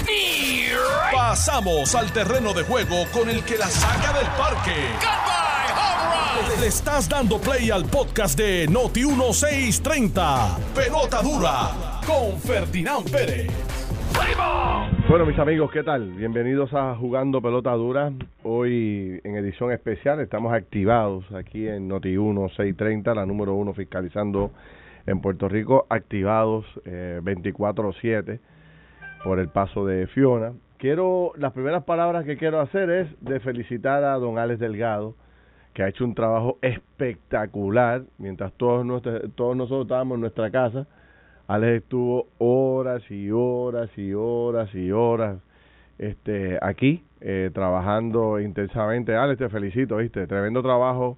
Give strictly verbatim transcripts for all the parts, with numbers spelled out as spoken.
Pasamos al terreno de juego con el que la saca del parque. Le estás dando play al podcast de Noti dieciséis treinta. Pelota dura con Ferdinand Pérez. Bueno, mis amigos, ¿qué tal? Bienvenidos a Jugando Pelota Dura. Hoy en edición especial estamos activados aquí en Noti dieciséis treinta, la número uno fiscalizando en Puerto Rico, activados eh, veinticuatro siete por el paso de Fiona. Quiero, las primeras palabras que quiero hacer es de felicitar a don Alex Delgado, que ha hecho un trabajo espectacular mientras todos, nuestros, todos nosotros estábamos en nuestra casa. Alex estuvo horas y horas y horas y horas este, aquí, eh, trabajando intensamente. Alex, te felicito, ¿viste? Tremendo trabajo.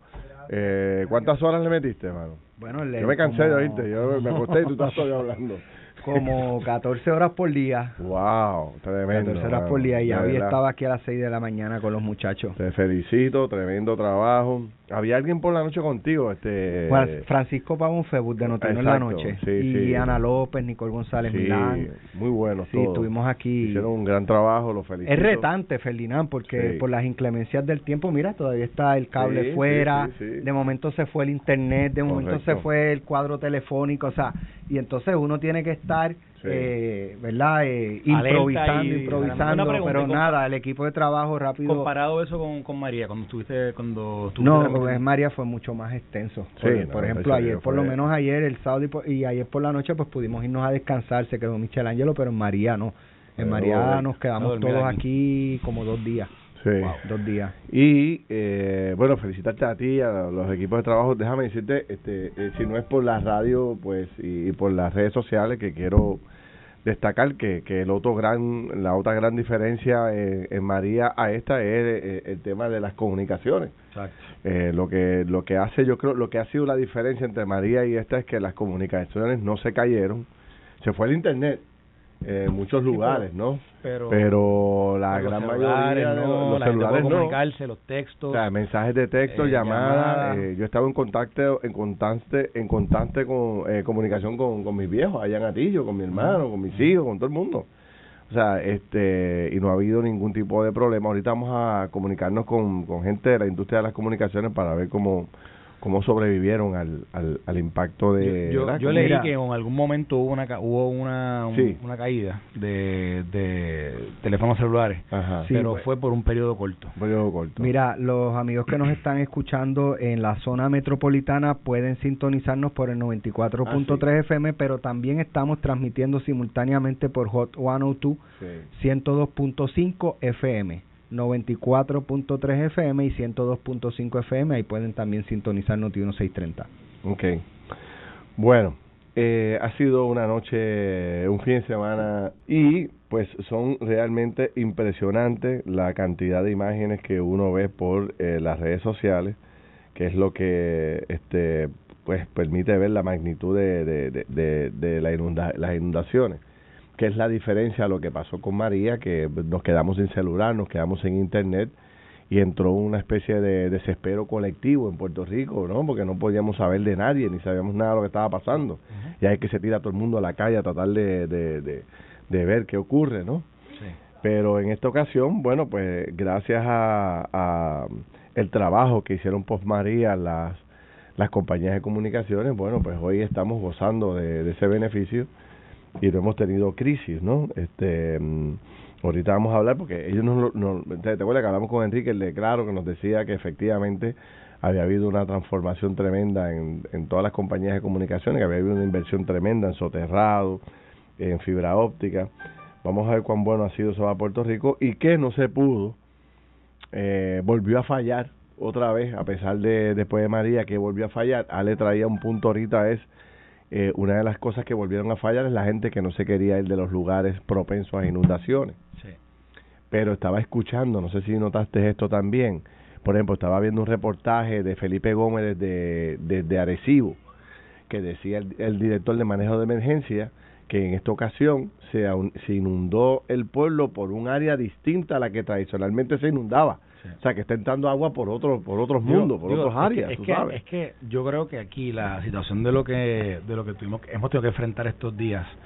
Eh, ¿Cuántas horas le metiste, hermano? Bueno, le, yo me cansé, como... ¿oíste? Yo me acosté y tú estás todavía hablando. Como catorce horas por día. Wow, tremendo. catorce horas bueno, por día y ya hoy verdad. estaba aquí a las seis de la mañana con los muchachos. Te felicito, tremendo trabajo. ¿Había alguien por la noche contigo? este Bueno, Francisco Pavón Febus de Notino en la noche. Sí, y sí. Ana López, Nicole González sí, Milán. Muy buenos Sí, todos. estuvimos aquí. Hicieron un gran trabajo, los felicito. Es retante, Ferdinand, porque sí. por las inclemencias del tiempo, mira, todavía está el cable sí, fuera, sí, sí, sí. de momento se fue el internet, de momento Correcto. se fue el cuadro telefónico, o sea, y entonces uno tiene que estar, sí. eh, ¿verdad? Eh, improvisando, y, improvisando, pero nada, el equipo de trabajo rápido. Comparado eso con, con María, cuando estuviste, cuando estuviste No, pues María fue mucho más extenso. Sí, por, no, por ejemplo, ayer, por fue... lo menos ayer, el sábado y, por, y ayer por la noche, pues pudimos irnos a descansar, se quedó Michelangelo, pero en María no. En pero, María nos quedamos no, todos aquí. aquí como dos días. Sí. Wow, dos días. Y, eh, bueno, felicitarte a ti, a los equipos de trabajo. Déjame decirte, este, eh, si no es por la radio, pues, y, y por las redes sociales, que quiero destacar que, que el otro gran, la otra gran diferencia en, en María a esta es eh, el tema de las comunicaciones. Exacto. Eh, lo que lo que hace, yo creo, lo que ha sido la diferencia entre María y esta es que las comunicaciones no se cayeron. Se fue el internet en muchos lugares, sí, pero, ¿no? Pero, pero la pero gran los mayoría de no, los la celulares no. comunicarse, los textos, o sea, mensajes de texto, eh, llamadas. llamadas. Eh, yo estaba en contacto, en constante, en constante con, eh, comunicación con, con mis viejos allá en Atillo, con mi hermano, con mis hijos, con todo el mundo. O sea, este, y no ha habido ningún tipo de problema. Ahorita vamos a comunicarnos con, con gente de la industria de las comunicaciones para ver cómo cómo sobrevivieron al, al, al impacto de... Yo, yo, yo leí Mira, que en algún momento hubo una hubo una, un, sí. una caída de, de teléfonos celulares, Ajá. Sí, pero pues, fue por un periodo corto. Un periodo corto. Mira, los amigos que nos están escuchando en la zona metropolitana pueden sintonizarnos por el noventa y cuatro punto tres ah, sí. F M, pero también estamos transmitiendo simultáneamente por Hot ciento dos, Sí. ciento dos punto cinco F M. noventa y cuatro punto tres F M y ciento dos punto cinco F M, ahí pueden también sintonizar Noti dieciséis treinta. Ok. Bueno, eh, ha sido una noche, un fin de semana, y pues son realmente impresionantes la cantidad de imágenes que uno ve por eh, las redes sociales, que es lo que este pues permite ver la magnitud de, de, de, de, de la inunda, las inundaciones. Que es la diferencia a lo que pasó con María, que nos quedamos sin celular, nos quedamos sin internet y entró una especie de desespero colectivo en Puerto Rico, ¿no? Porque no podíamos saber de nadie, ni sabíamos nada de lo que estaba pasando. Uh-huh. Y hay que se tira todo el mundo a la calle a tratar de, de, de, de ver qué ocurre, ¿no? Sí. Pero en esta ocasión, bueno, pues gracias a, a el trabajo que hicieron post María las, las compañías de comunicaciones, bueno, pues hoy estamos gozando de, de ese beneficio y no hemos tenido crisis, ¿no? Este, um, ahorita vamos a hablar porque ellos nos, nos te, te acuerdas que hablamos con Enrique el de Claro, que nos decía que efectivamente había habido una transformación tremenda en, en todas las compañías de comunicaciones, que había habido una inversión tremenda en soterrado, en fibra óptica. Vamos a ver cuán bueno ha sido eso a Puerto Rico y que no se pudo, eh, volvió a fallar otra vez, a pesar de después de María que volvió a fallar. Ale traía un punto ahorita, es Eh, una de las cosas que volvieron a fallar es la gente que no se quería ir de los lugares propensos a inundaciones. Sí. Pero estaba escuchando, no sé si notaste esto también, por ejemplo, estaba viendo un reportaje de Felipe Gómez desde, desde Arecibo, que decía el, el director de manejo de emergencia que en esta ocasión se, se inundó el pueblo por un área distinta a la que tradicionalmente se inundaba. Sí. O sea, que está entrando agua por otros por otros mundos, por digo, otras áreas, es tú que, sabes. Es que yo creo que aquí la situación de lo que de lo que tuvimos hemos tenido que enfrentar estos días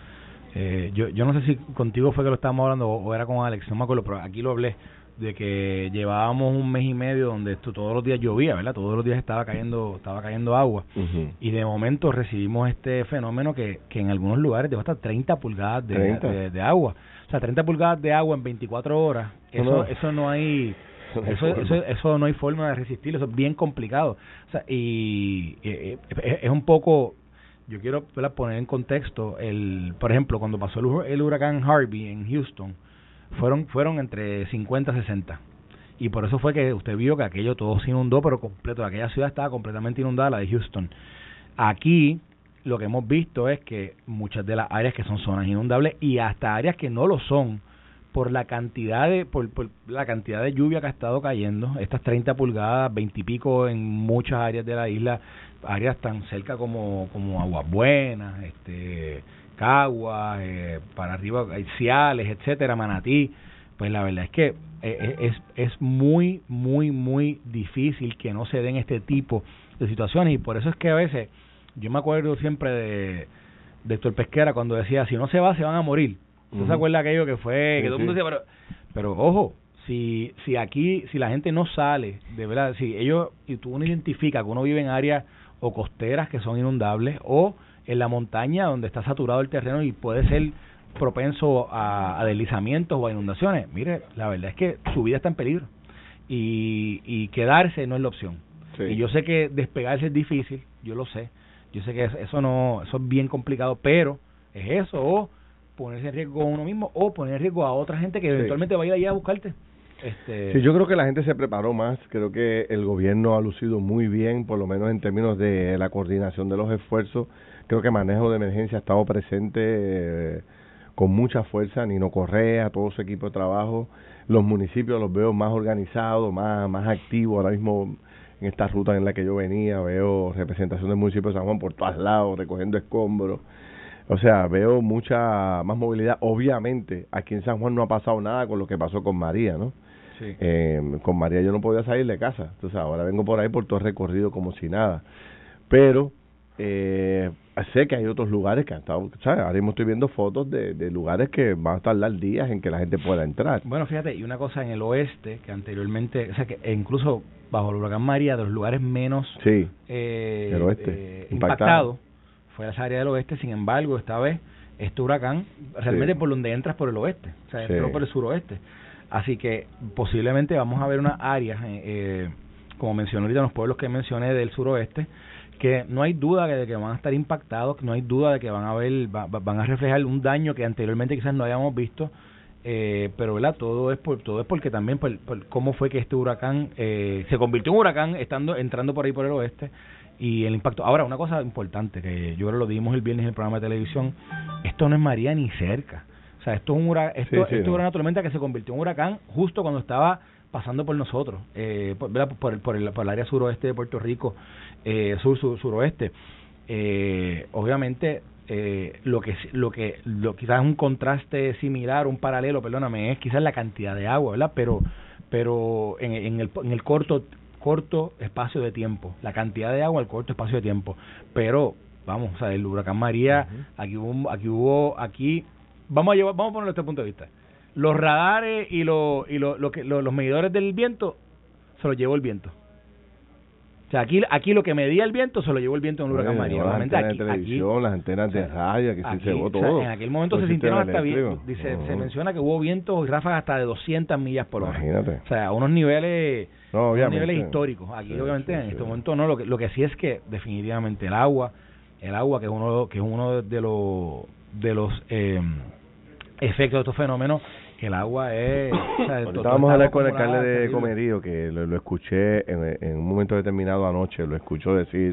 Eh, yo yo no sé si contigo fue que lo estábamos hablando o, o era con Alex, no me acuerdo, pero aquí lo hablé de que llevábamos un mes y medio donde esto todos los días llovía, ¿verdad? Todos los días estaba cayendo estaba cayendo agua. Uh-huh. Y de momento recibimos este fenómeno que, que en algunos lugares dejó hasta treinta pulgadas de, de, de, de agua. O sea, treinta pulgadas de agua en veinticuatro horas, eso no, eso no hay... Eso, eso, eso no hay forma de resistirlo, eso es bien complicado. O sea, y, y, y es un poco, yo quiero, ¿verdad?, poner en contexto, el por ejemplo, cuando pasó el, el huracán Harvey en Houston, fueron fueron entre cincuenta a sesenta. Y por eso fue que usted vio que aquello todo se inundó, pero completo, aquella ciudad estaba completamente inundada, la de Houston. Aquí lo que hemos visto es que muchas de las áreas que son zonas inundables y hasta áreas que no lo son, por la cantidad de por, por la cantidad de lluvia que ha estado cayendo, estas treinta pulgadas, veinte y pico en muchas áreas de la isla, áreas tan cerca como como Aguas Buenas, este Caguas, eh, para arriba Ciales, etcétera, Manatí. Pues la verdad es que eh, es es muy muy muy difícil que no se den este tipo de situaciones, y por eso es que a veces yo me acuerdo siempre de de Héctor Pesquera cuando decía, si no se va se van a morir. ¿Tú uh-huh. se acuerdas aquello que fue, sí, que todo el mundo decía, pero, pero ojo, si si aquí, si la gente no sale, de verdad, si ellos, y tú uno identifica que uno vive en áreas o costeras que son inundables, o en la montaña donde está saturado el terreno y puede ser propenso a, a deslizamientos o a inundaciones, mire, la verdad es que su vida está en peligro, y, y quedarse no es la opción. Sí. Y yo sé que despegarse es difícil, yo lo sé, yo sé que eso no, eso es bien complicado, pero es eso, o ponerse en riesgo a uno mismo o poner en riesgo a otra gente que eventualmente sí. va a ir allá a buscarte. Este... Sí, yo creo que la gente se preparó más, creo que el gobierno ha lucido muy bien, por lo menos en términos de la coordinación de los esfuerzos. Creo que manejo de emergencia ha estado presente eh, con mucha fuerza, Nino Correa, todo su equipo de trabajo. Los municipios los veo más organizados, más, más activos. Ahora mismo en esta ruta en la que yo venía veo representación del municipio de San Juan por todos lados, recogiendo escombros. O sea, veo mucha más movilidad. Obviamente, aquí en San Juan no ha pasado nada con lo que pasó con María, ¿no? Sí. Eh, con María yo no podía salir de casa. Entonces, ahora vengo por ahí por todo el recorrido como si nada. Pero eh, sé que hay otros lugares que han estado, ¿sabes? Ahora mismo estoy viendo fotos de, de lugares que van a tardar días en que la gente pueda entrar. Bueno, fíjate, y una cosa en el oeste, que anteriormente, o sea, que incluso bajo el huracán María, de los lugares menos sí, eh, el oeste, eh, impactados, fue esa área del oeste. Sin embargo, esta vez este huracán realmente sí. por donde entras por el oeste, o sea, entró sí. por el suroeste, así que posiblemente vamos a ver unas áreas eh, eh, como mencioné ahorita, los pueblos que mencioné del suroeste, que no hay duda de que van a estar impactados, que no hay duda de que van a ver va, van a reflejar un daño que anteriormente quizás no hayamos visto, eh, pero verdad, todo es por todo es porque también por, por cómo fue que este huracán eh, se convirtió en huracán estando entrando por ahí por el oeste. Y el impacto. Ahora, una cosa importante que yo creo que lo dimos el viernes en el programa de televisión, esto no es María ni cerca. O sea, esto es un huracán, esto, sí, sí, esto no. es una tormenta que se convirtió en huracán justo cuando estaba pasando por nosotros, eh, por, por, el, por, el, por el área suroeste de Puerto Rico, eh, sur, sur, suroeste. Eh, obviamente, eh, lo que lo que lo quizás un contraste similar, un paralelo, perdóname, es quizás la cantidad de agua, ¿verdad? Pero pero en, en el en el corto corto espacio de tiempo, la cantidad de agua, el corto espacio de tiempo, pero vamos, o sea, el huracán María, uh-huh. aquí hubo, aquí hubo, aquí, vamos a llevar, vamos a ponerlo desde este punto de vista, los radares y los y lo, lo que lo, los medidores del viento se los llevó el viento. O sea, aquí aquí lo que medía el viento se lo llevó el viento en el huracán María. Las antenas aquí, de televisión, aquí, las antenas de radio, aquí, aquí se llevó todo. O sea, en aquel momento se sintieron hasta bien, dice, uh-huh. se menciona que hubo vientos y ráfagas hasta de doscientas millas por hora. Imagínate. O sea, unos niveles, no, unos niveles históricos. Aquí sí, obviamente sí, en sí. este momento no, lo que lo que sí es que definitivamente el agua, el agua que es uno que es uno de los de los eh, efectos de estos fenómenos, que el agua es... O sea, estábamos hablando con el alcalde de Comerío, que lo, lo escuché en, en un momento determinado anoche, lo escuchó decir,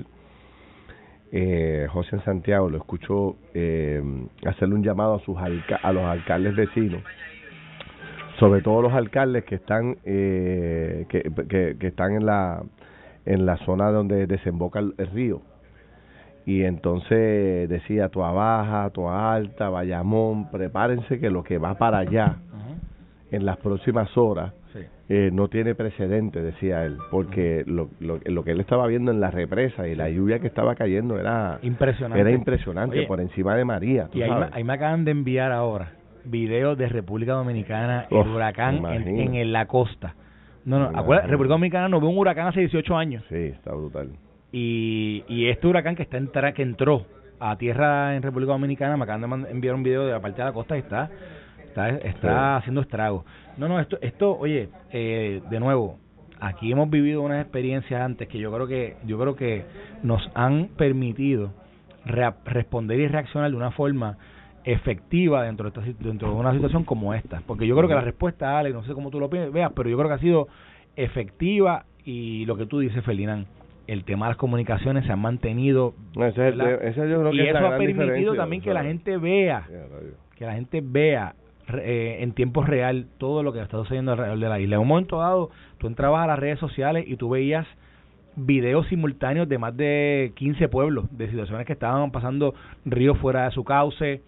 eh, José en Santiago, lo escuchó eh, hacerle un llamado a sus alca- a los alcaldes vecinos, sobre todo los alcaldes que están eh, que, que, que están en la en la zona donde desemboca el, el río. Y entonces decía, Toa Baja, Toa Alta, Bayamón, prepárense que lo que va para allá uh-huh. en las próximas horas, sí. sí. eh, no tiene precedente, decía él, porque lo, lo, lo que él estaba viendo en la represa y la lluvia que estaba cayendo era impresionante, era impresionante. Oye, por encima de María. Y ahí me, ahí me acaban de enviar ahora videos de República Dominicana, el Uf, huracán en, en, en la costa. No, no, acuérdate, República Dominicana no ve un huracán hace dieciocho años. Sí, está brutal. Y, y este huracán que está entra, que entró a tierra en República Dominicana, me acaban de enviar un video de la parte de la costa y está está, está sí. haciendo estragos. No, no, esto, esto oye, eh, de nuevo, aquí hemos vivido unas experiencias antes que yo creo que yo creo que nos han permitido re- responder y reaccionar de una forma efectiva dentro de, esta, dentro de una situación como esta. Porque yo creo que la respuesta, Alex, no sé cómo tú lo veas, pero yo creo que ha sido efectiva y lo que tú dices, Ferdinand, el tema de las comunicaciones se han mantenido. No, ese es el, ese yo creo y que eso es la ha permitido diferencia, también o que sea, la gente vea, yeah, que la gente vea eh, en tiempo real todo lo que está sucediendo alrededor de la isla. En un momento dado, tú entrabas a las redes sociales y tú veías videos simultáneos de más de quince pueblos, de situaciones que estaban pasando, ríos fuera de su cauce,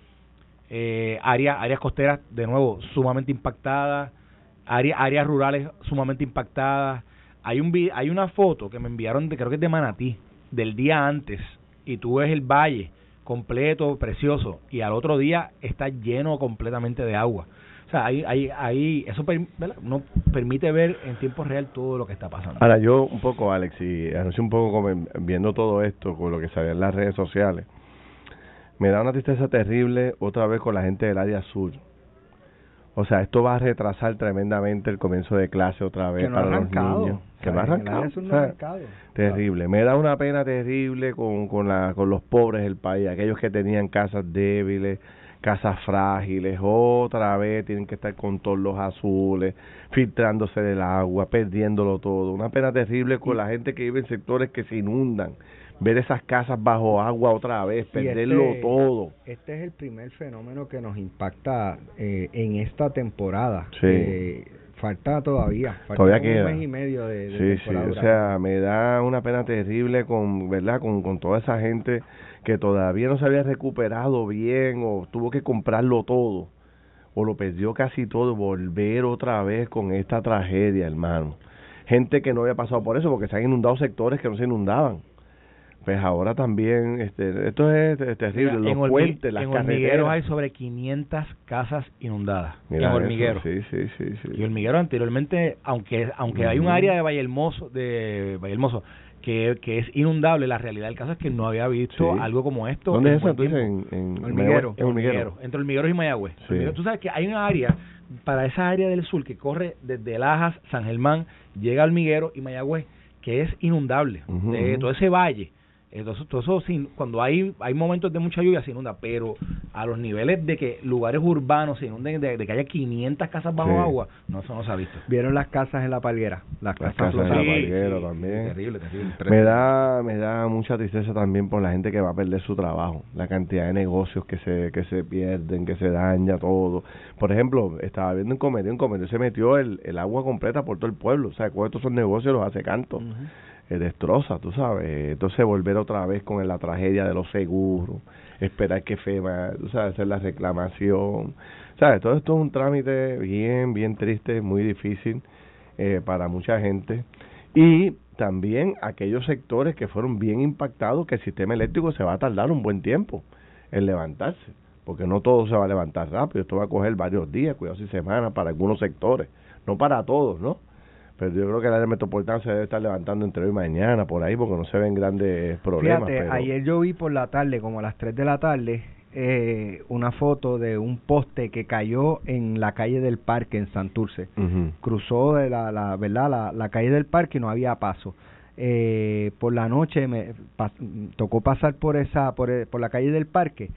eh, áreas áreas costeras de nuevo sumamente impactadas, áreas áreas rurales sumamente impactadas. Hay un hay una foto que me enviaron de, creo que es de Manatí, del día antes, y tú ves el valle completo, precioso, y al otro día está lleno completamente de agua. O sea, ahí, ahí, ahí eso per, no permite ver en tiempo real todo lo que está pasando. Ahora, yo un poco, Alex, y anoche un poco como viendo todo esto, con lo que salía en las redes sociales, me da una tristeza terrible otra vez con la gente del área sur. O sea, esto va a retrasar tremendamente el comienzo de clase otra vez que no para los arrancado. niños. Que no ha arrancado. No o sea, arrancado. Terrible. Me da una pena terrible con, con, la, con los pobres del país, aquellos que tenían casas débiles, casas frágiles, otra vez tienen que estar con todos los azules, filtrándose del agua, perdiéndolo todo. Una pena terrible con la gente que vive en sectores que se inundan. Ver esas casas bajo agua otra vez, sí, perderlo este, todo. Este es el primer fenómeno que nos impacta eh, en esta temporada. Sí. Eh, falta todavía, falta todavía un queda. mes y medio de, de sí, temporada. Sí, o sea, me da una pena terrible con, ¿verdad? Con, con toda esa gente que todavía no se había recuperado bien o tuvo que comprarlo todo o lo perdió casi todo, volver otra vez con esta tragedia, hermano. Gente que no había pasado por eso porque se han inundado sectores que no se inundaban. Pues ahora también, este, esto es terrible, Mira, los puentes, las en carreteras. En Hormiguero hay sobre quinientas casas inundadas. Mira en Hormiguero. Eso, sí, sí, sí, sí. Y Hormiguero anteriormente, aunque aunque uh-huh. hay un área de Vallehermoso, de Vallehermoso que, que es inundable, la realidad del caso es que no había visto sí. algo como esto. ¿Dónde es eso entonces? En, en Hormiguero. En Hormiguero. Entre Hormiguero y Mayagüez. Sí. Hormiguero, tú sabes que hay una área, para esa área del sur, que corre desde Lajas, San Germán, llega a Hormiguero y Mayagüez, que es inundable. Uh-huh. De todo ese valle. Entonces, todo eso, sin, cuando hay hay momentos de mucha lluvia se inunda, pero a los niveles de que lugares urbanos se inunden, de, de que haya quinientas casas bajo sí. agua, no, eso no se ha visto. ¿Vieron las casas en la Palguera? Las, las casas, casas en la sí, Palguera sí, también. Sí, terrible, terrible. Me da, me da mucha tristeza también por la gente que va a perder su trabajo, la cantidad de negocios que se que se pierden, que se daña todo. Por ejemplo, estaba viendo en Comerío, en Comerío se metió el, el agua completa por todo el pueblo, o sea, con estos son negocios los hace canto. Uh-huh. Eh, destroza, tú sabes, entonces volver otra vez con la tragedia de los seguros, esperar que FEMA, tú sabes, hacer la reclamación, sabes, todo esto es un trámite bien, bien triste, muy difícil eh, para mucha gente, y también aquellos sectores que fueron bien impactados, que el sistema eléctrico se va a tardar un buen tiempo en levantarse, porque no todo se va a levantar rápido, esto va a coger varios días, cuidado si semanas para algunos sectores, no para todos, ¿no? Pero yo creo que el área metropolitana se debe estar levantando entre hoy y mañana, por ahí, porque no se ven grandes problemas. Fíjate, pero... ayer yo vi por la tarde, como a las tres de la tarde, eh, una foto de un poste que cayó en la calle del Parque, en Santurce. Uh-huh. Cruzó de la, la, ¿verdad? La, la calle del Parque y no había paso. Eh, por la noche me pa, tocó pasar por esa por, por la calle del Parque.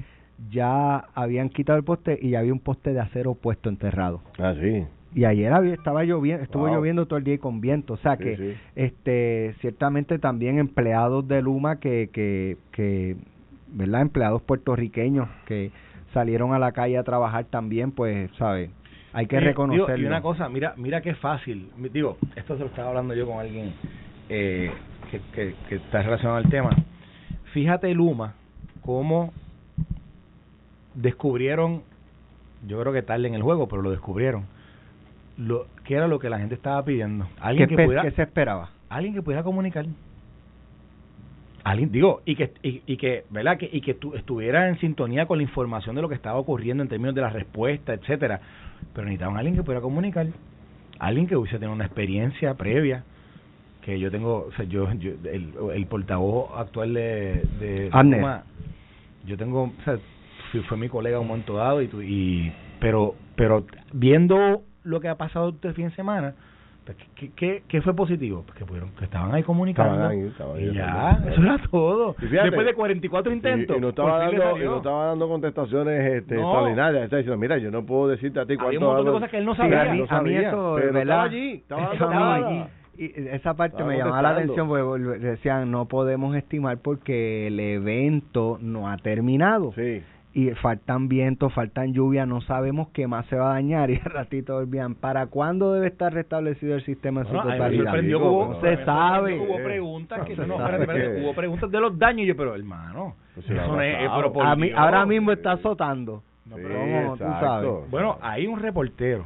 Ya habían quitado el poste y ya había un poste de acero puesto enterrado. Ah, sí. Y ayer había, estaba lloviendo, estuvo wow. lloviendo todo el día y con viento, o sea sí, que sí. este ciertamente también empleados de Luma que que que ¿verdad? Empleados puertorriqueños que salieron a la calle a trabajar también, pues, ¿sabes? Hay que eh, reconocerlo. Digo, y una cosa, mira, mira qué fácil. Digo, esto se lo estaba hablando yo con alguien eh, que, que que está relacionado al tema. Fíjate Luma cómo descubrieron, yo creo que tarde en el juego, pero lo descubrieron. lo qué era lo que la gente estaba pidiendo. Alguien ¿Qué, que pudiera, ¿Qué se esperaba? Alguien que pudiera comunicar. Alguien, digo, y que, y, y que, ¿verdad? Que, y que tu, estuviera en sintonía con la información de lo que estaba ocurriendo en términos de la respuesta, etcétera. Pero necesitaban alguien que pudiera comunicar. Alguien que hubiese tenido una experiencia previa. Que yo tengo, o sea, yo, yo el, el portavoz actual de, de Suma, yo tengo, o sea, fue, fue mi colega un momento dado, y, tu, y pero pero viendo lo que ha pasado este fin de semana, pues, ¿qué, qué, ¿qué fue positivo? Pues que pudieron, que estaban ahí comunicando, estaban ahí, estaban ahí, y ya, estaban eso era todo. Fíjate, después de cuarenta y cuatro intentos, y, y no estaba dando, y no estaba dando contestaciones este, no. extraordinarias. Está diciendo, mira, yo no puedo decirte a ti cuánto. Había un montón de cosas que él no sabía. Sí, a mí, no sabía, a mí eso, pero ¿verdad? estaba allí, estaba, estaba allí. Y esa parte estaba me llamaba la atención porque decían, no podemos estimar porque el evento no ha terminado. Sí. Y faltan vientos, faltan lluvia, no sabemos qué más se va a dañar. Y al ratito volvían, ¿para cuándo debe estar restablecido el sistema en su bueno, totalidad? Me hubo, no se sabe. Hubo preguntas, no, que, se no, sabe espérate, espérate, que... hubo preguntas de los daños. Y yo, pero hermano, pues eso no es, pero por a mí, Dios, ahora mismo está azotando. No, sí, pero tú sabes. Bueno, hay un reportero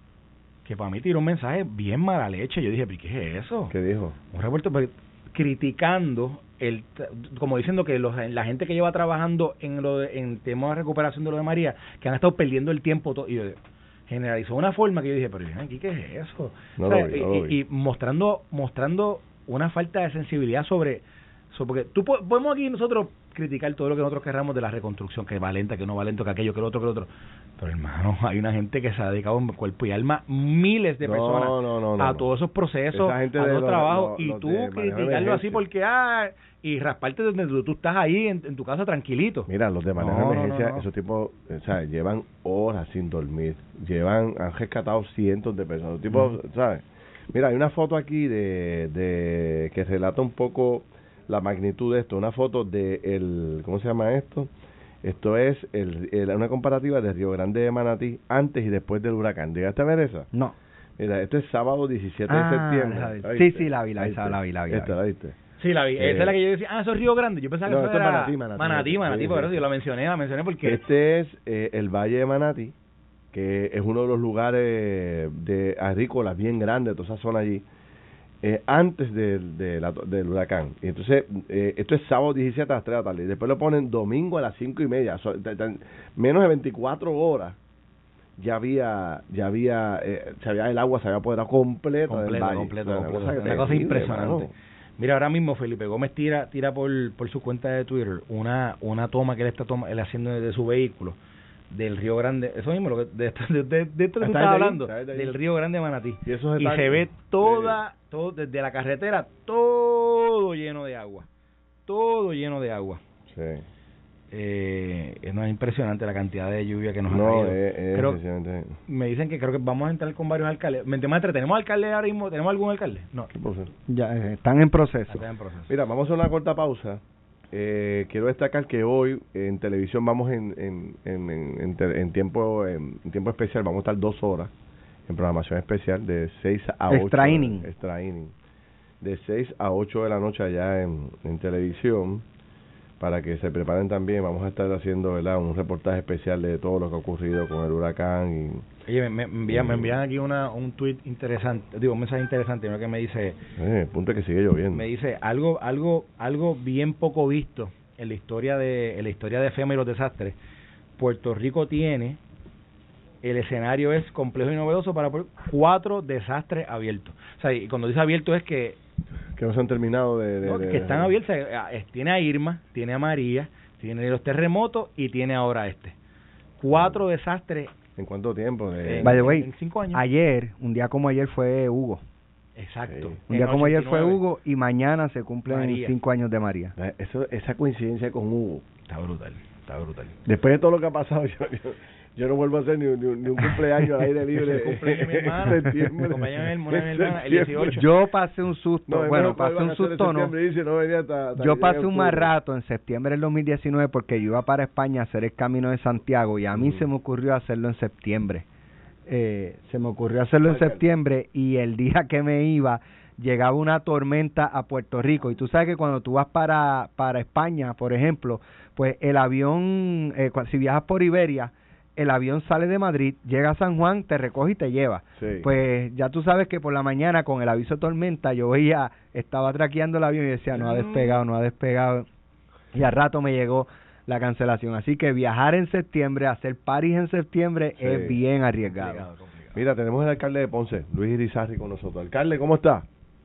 que para mí tiró un mensaje bien mala leche. Yo dije, ¿pero qué es eso? ¿Qué dijo? Un reportero criticando, el como diciendo que los, la gente que lleva trabajando en lo de, en temas de recuperación de lo de María, que han estado perdiendo el tiempo. To- y yo, generalizó una forma que yo dije, pero aquí ¿qué es eso? No o sea, lo vi, no y, lo vi. y, y mostrando mostrando una falta de sensibilidad sobre... So, porque tú podemos aquí nosotros criticar todo lo que nosotros querramos de la reconstrucción, que va lenta, que no va lento, que aquello, que lo otro, que lo otro. Pero hermano, hay una gente que se ha dedicado en cuerpo y alma, miles de no, personas, no, no, no, a no. todos esos procesos, a todos los trabajos, y tú criticarlo así porque, ah, y rasparte donde tú, tú estás ahí en, en tu casa tranquilito. Mira, los de manejo No, de emergencia, no, no, no. esos tipos, o sea, llevan horas sin dormir, llevan, han rescatado cientos de personas, los tipos, uh-huh. ¿sabes? Mira, hay una foto aquí de, de que relata un poco la magnitud de esto, una foto de el, ¿cómo se llama esto? Esto es el, el, una comparativa de Río Grande de Manatí antes y después del huracán. ¿Llegaste a ver esa? No. Mira, esto es sábado diecisiete ah, de septiembre. ¿La sí, sí, la vi, la vi, la vi, la vi. Esta, ¿la viste? Sí, la vi. Eh, Esa es la que yo decía, ah, eso es Río Grande. Yo pensaba no, que eso esto era Manatí, Manatí. Manatí, Manatí, sí, por sí. eso yo la mencioné, la mencioné porque... Este es eh, el Valle de Manatí, que es uno de los lugares de agrícolas bien grandes, toda esa zona allí. Eh, antes de, de la, del huracán. Y entonces, eh, esto es sábado diecisiete a las tres de la tarde. Y después lo ponen domingo a las cinco y media. So, t- t- menos de veinticuatro horas ya había, ya había, eh, se había el agua se había apoderado completo, completo del valle. completo, O sea, completo. Una cosa, Una cosa terrible, impresionante. mano. Mira, ahora mismo Felipe Gómez tira tira por por su cuenta de Twitter una una toma que él está toma, él haciendo de, de su vehículo del Río Grande, eso mismo, lo que de esto de, de, de esto que tú estás hablando, de del Río Grande de Manatí. Y, eso y se ve toda, todo desde la carretera, todo lleno de agua, todo lleno de agua. Sí. Eh, no es impresionante la cantidad de lluvia que nos no, ha caído. Es, es creo, me dicen que creo que vamos a entrar con varios alcaldes. Me entre, ¿tenemos alcalde ahora mismo? ¿Tenemos algún alcalde? No. ¿Qué puedo hacer? Ya eh, están en proceso. Están en proceso. Mira, vamos a hacer una corta pausa. Eh, quiero destacar que hoy en televisión vamos en en en, en, en, en tiempo en, en tiempo especial, vamos a estar dos horas en programación especial de seis a ocho. Extra inning. Extra inning. De seis a ocho de la noche allá en, en televisión, para que se preparen también. Vamos a estar haciendo, ¿verdad?, un reportaje especial de todo lo que ha ocurrido con el huracán. Y Oye, me, me, envían, me envían aquí una un tweet interesante, digo, un mensaje interesante, uno que me dice... Eh, punto que sigue lloviendo. Me dice algo algo algo bien poco visto en la historia de en la historia de FEMA y los desastres. Puerto Rico tiene, el escenario es complejo y novedoso para cuatro desastres abiertos. O sea, y cuando dice abierto es que... Que no se han terminado de... de, no, de que están de, abiertos. Tiene a Irma, tiene a María, tiene los terremotos y tiene ahora este. Cuatro desastres. ¿En cuánto tiempo? De, en, By the way, en cinco años. Ayer, un día como ayer fue Hugo. Exacto. Sí. Un día en como ochenta y ayer fue nueve. Hugo y mañana se cumplen María. cinco años de María. Eso, esa coincidencia con Hugo. Está brutal, está brutal. Después de todo lo que ha pasado, yo, yo, yo no vuelvo a hacer ni, ni, ni un cumpleaños al aire libre. El cumpleaños de mi hermana, en septiembre. mi compañero de mi hermana, mi hermana, el Septiembre. dieciocho. Yo pasé un susto, No, bueno, no, pasé un susto no. Dice, no venía hasta, hasta Yo que pasé llegue un más octubre. rato en septiembre del dos mil diecinueve porque yo iba para España a hacer el Camino de Santiago y a mí Mm. se me ocurrió hacerlo en septiembre. Eh, se me ocurrió hacerlo en Ay, septiembre y el día que me iba llegaba una tormenta a Puerto Rico y tú sabes que cuando tú vas para para España, por ejemplo, pues el avión, eh, si viajas por Iberia, el avión sale de Madrid, llega a San Juan, te recoge y te lleva. Sí. Pues ya tú sabes que por la mañana con el aviso de tormenta yo veía, estaba traqueando el avión y decía, no ha despegado, no ha despegado. Y al rato me llegó la cancelación. Así que viajar en septiembre, hacer parties en septiembre sí. es bien arriesgado. Complicado, complicado. Mira, tenemos el alcalde de Ponce, Luis Irizarry, con nosotros. Alcalde, ¿cómo está?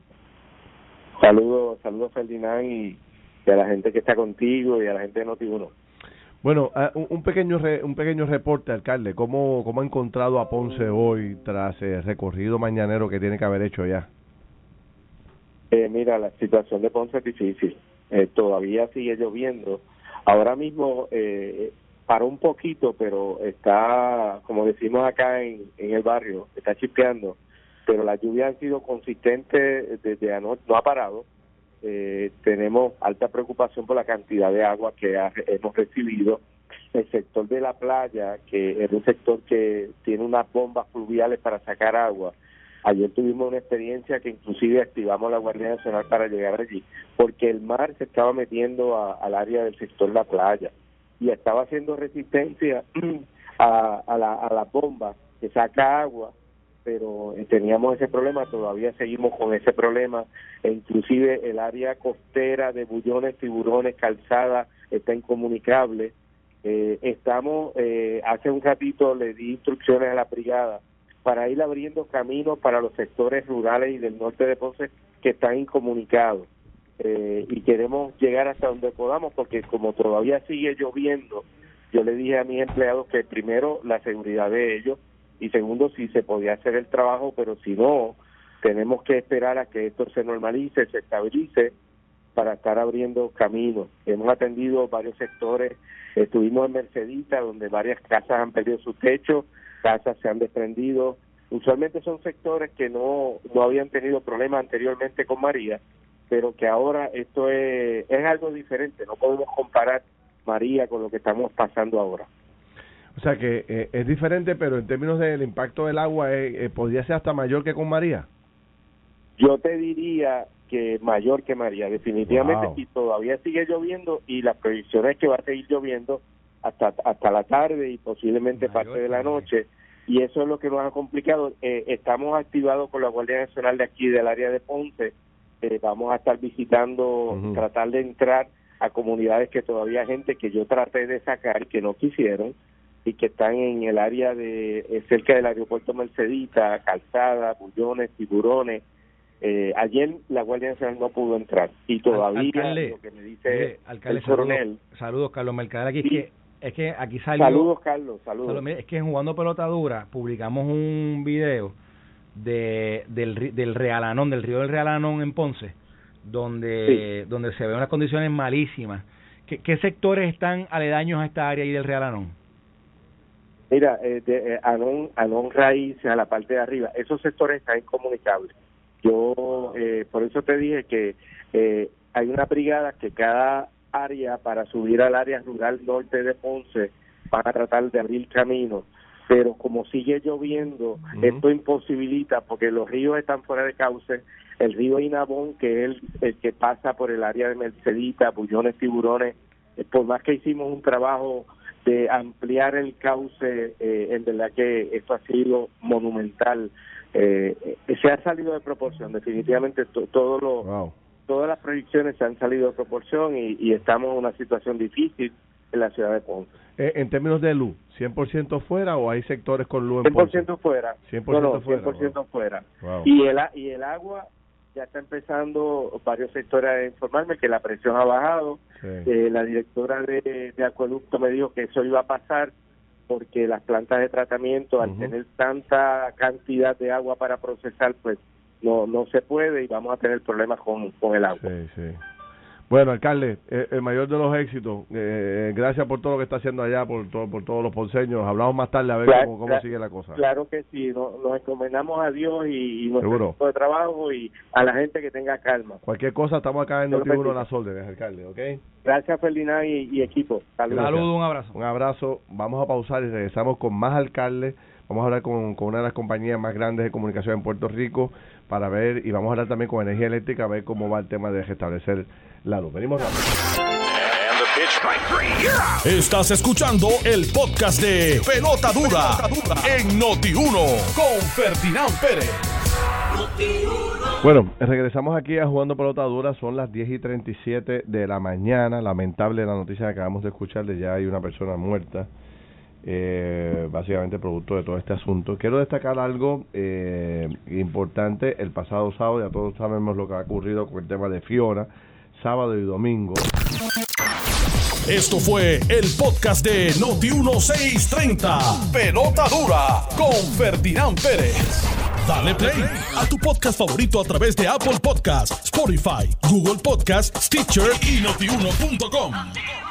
Saludos, saludos Ferdinand y, y a la gente que está contigo y a la gente de Noti uno. Bueno, uh, un, un pequeño re, un pequeño reporte, alcalde. ¿Cómo, cómo ha encontrado a Ponce hoy tras el recorrido mañanero que tiene que haber hecho ya? Eh, mira, la situación de Ponce es difícil. Eh, todavía sigue lloviendo. Ahora mismo eh, paró un poquito, pero está, como decimos acá en, en el barrio, está chispeando. Pero las lluvias han sido consistentes desde anoche, no ha parado. Eh, tenemos alta preocupación por la cantidad de agua que ha, hemos recibido. El sector de la playa, que es un sector que tiene unas bombas fluviales para sacar agua. Ayer tuvimos una experiencia que inclusive activamos la Guardia Nacional para llegar allí, porque el mar se estaba metiendo a, al área del sector de la playa y estaba haciendo resistencia a, a, la, a las bombas que saca agua, pero teníamos ese problema, todavía seguimos con ese problema, e inclusive el área costera de Bullones, Tiburones, Calzada está incomunicable. Eh, estamos, eh, hace un ratito le di instrucciones a la brigada para ir abriendo caminos para los sectores rurales y del norte de Ponce que están incomunicados. Eh, y queremos llegar hasta donde podamos, porque como todavía sigue lloviendo, yo le dije a mis empleados que primero la seguridad de ellos, y segundo, si se podía hacer el trabajo, pero si no, tenemos que esperar a que esto se normalice, se estabilice, para estar abriendo caminos. Hemos atendido varios sectores, estuvimos en Mercedita, donde varias casas han perdido su techo, casas se han desprendido. Usualmente son sectores que no, no habían tenido problemas anteriormente con María, pero que ahora esto es, es algo diferente, no podemos comparar María con lo que estamos pasando ahora. O sea que eh, es diferente, pero en términos del impacto del agua, eh, eh, ¿podría ser hasta mayor que con María? Yo te diría que mayor que María, definitivamente, wow. Y todavía sigue lloviendo y la proyección es que va a seguir lloviendo hasta hasta la tarde y posiblemente mayor parte de la noche, y eso es lo que nos ha complicado. Eh, estamos activados con la Guardia Nacional de aquí del área de Ponce, eh, vamos a estar visitando, uh-huh. tratar de entrar a comunidades que todavía hay gente que yo traté de sacar y que no quisieron, y que están en el área de eh, cerca del aeropuerto Mercedita, Calzada, Bullones, Tiburones. Eh, ayer la Guardia Nacional no pudo entrar y todavía alcalde, lo que me dice eh, alcalde, el coronel. Saludos, saludos Carlos Mercader aquí, sí. es, que, es que aquí salió... Saludos Carlos, saludos. saludos mira, es que en Jugando Pelota Dura publicamos un video de del, del Realanón, del río del Realanón en Ponce, donde, sí. donde se ven unas condiciones malísimas. ¿Qué, ¿Qué sectores están aledaños a esta área ahí del Realanón? Mira, eh, de, eh, Anón, Anón Raíz, a la parte de arriba, esos sectores están incomunicables. Yo, eh, por eso te dije que eh, hay una brigada que cada área para subir al área rural norte de Ponce van a tratar de abrir caminos, pero como sigue lloviendo, uh-huh. esto imposibilita porque los ríos están fuera de cauce. El río Inabón, que es el, el que pasa por el área de Mercedita, Bullones, Tiburones, eh, por más que hicimos un trabajo de ampliar el cauce, eh, en verdad que esto ha sido monumental. Eh, eh, se ha salido de proporción, definitivamente to, todo lo, wow. todas las proyecciones se han salido de proporción y, y estamos en una situación difícil en la ciudad de Ponce. Eh, en términos de luz, ¿cien por ciento fuera o hay sectores con luz en Ponce? cien por ciento fuera. cien por ciento no, no, fuera. cien por ciento wow. fuera. Wow. Y, el, y el agua ya está empezando varios sectores a informarme que la presión ha bajado. Sí. Eh, la directora de, de Acueducto me dijo que eso iba a pasar porque las plantas de tratamiento, al uh-huh. tener tanta cantidad de agua para procesar, pues no no se puede y vamos a tener problemas con, con el agua. Sí, sí. Bueno, alcalde, eh, el mayor de los éxitos. Eh, gracias por todo lo que está haciendo allá, por todo, por todos los ponceños. Hablamos más tarde a ver claro, cómo, cómo claro, sigue la cosa. Claro que sí, nos, nos encomendamos a Dios y, y nuestro equipo de trabajo y a la gente que tenga calma. Cualquier cosa, estamos acá en Noti uno en las órdenes, alcalde, ¿ok? Gracias, Ferdinand y, y equipo. Saludos. Saludos, un abrazo. Un abrazo. Vamos a pausar y regresamos con más alcaldes. Vamos a hablar con, con una de las compañías más grandes de comunicación en Puerto Rico para ver, y vamos a hablar también con energía eléctrica, a ver cómo va el tema de restablecer la luz. Venimos rápido. Estás escuchando el podcast de Pelota Dura en Noti uno con Ferdinand Pérez. Bueno, regresamos aquí a Jugando Pelota Dura. Son las diez y treinta y siete de la mañana. Lamentable la noticia que acabamos de escuchar de ya hay una persona muerta, eh, básicamente producto de todo este asunto. Quiero destacar algo eh, importante. El pasado sábado, ya todos sabemos lo que ha ocurrido con el tema de Fiona, sábado y domingo. Esto fue el podcast de Noti uno seiscientos treinta. Pelota Dura con Ferdinand Pérez. Dale play a tu podcast favorito a través de Apple Podcasts, Spotify, Google Podcasts, Stitcher y noти uno punto com.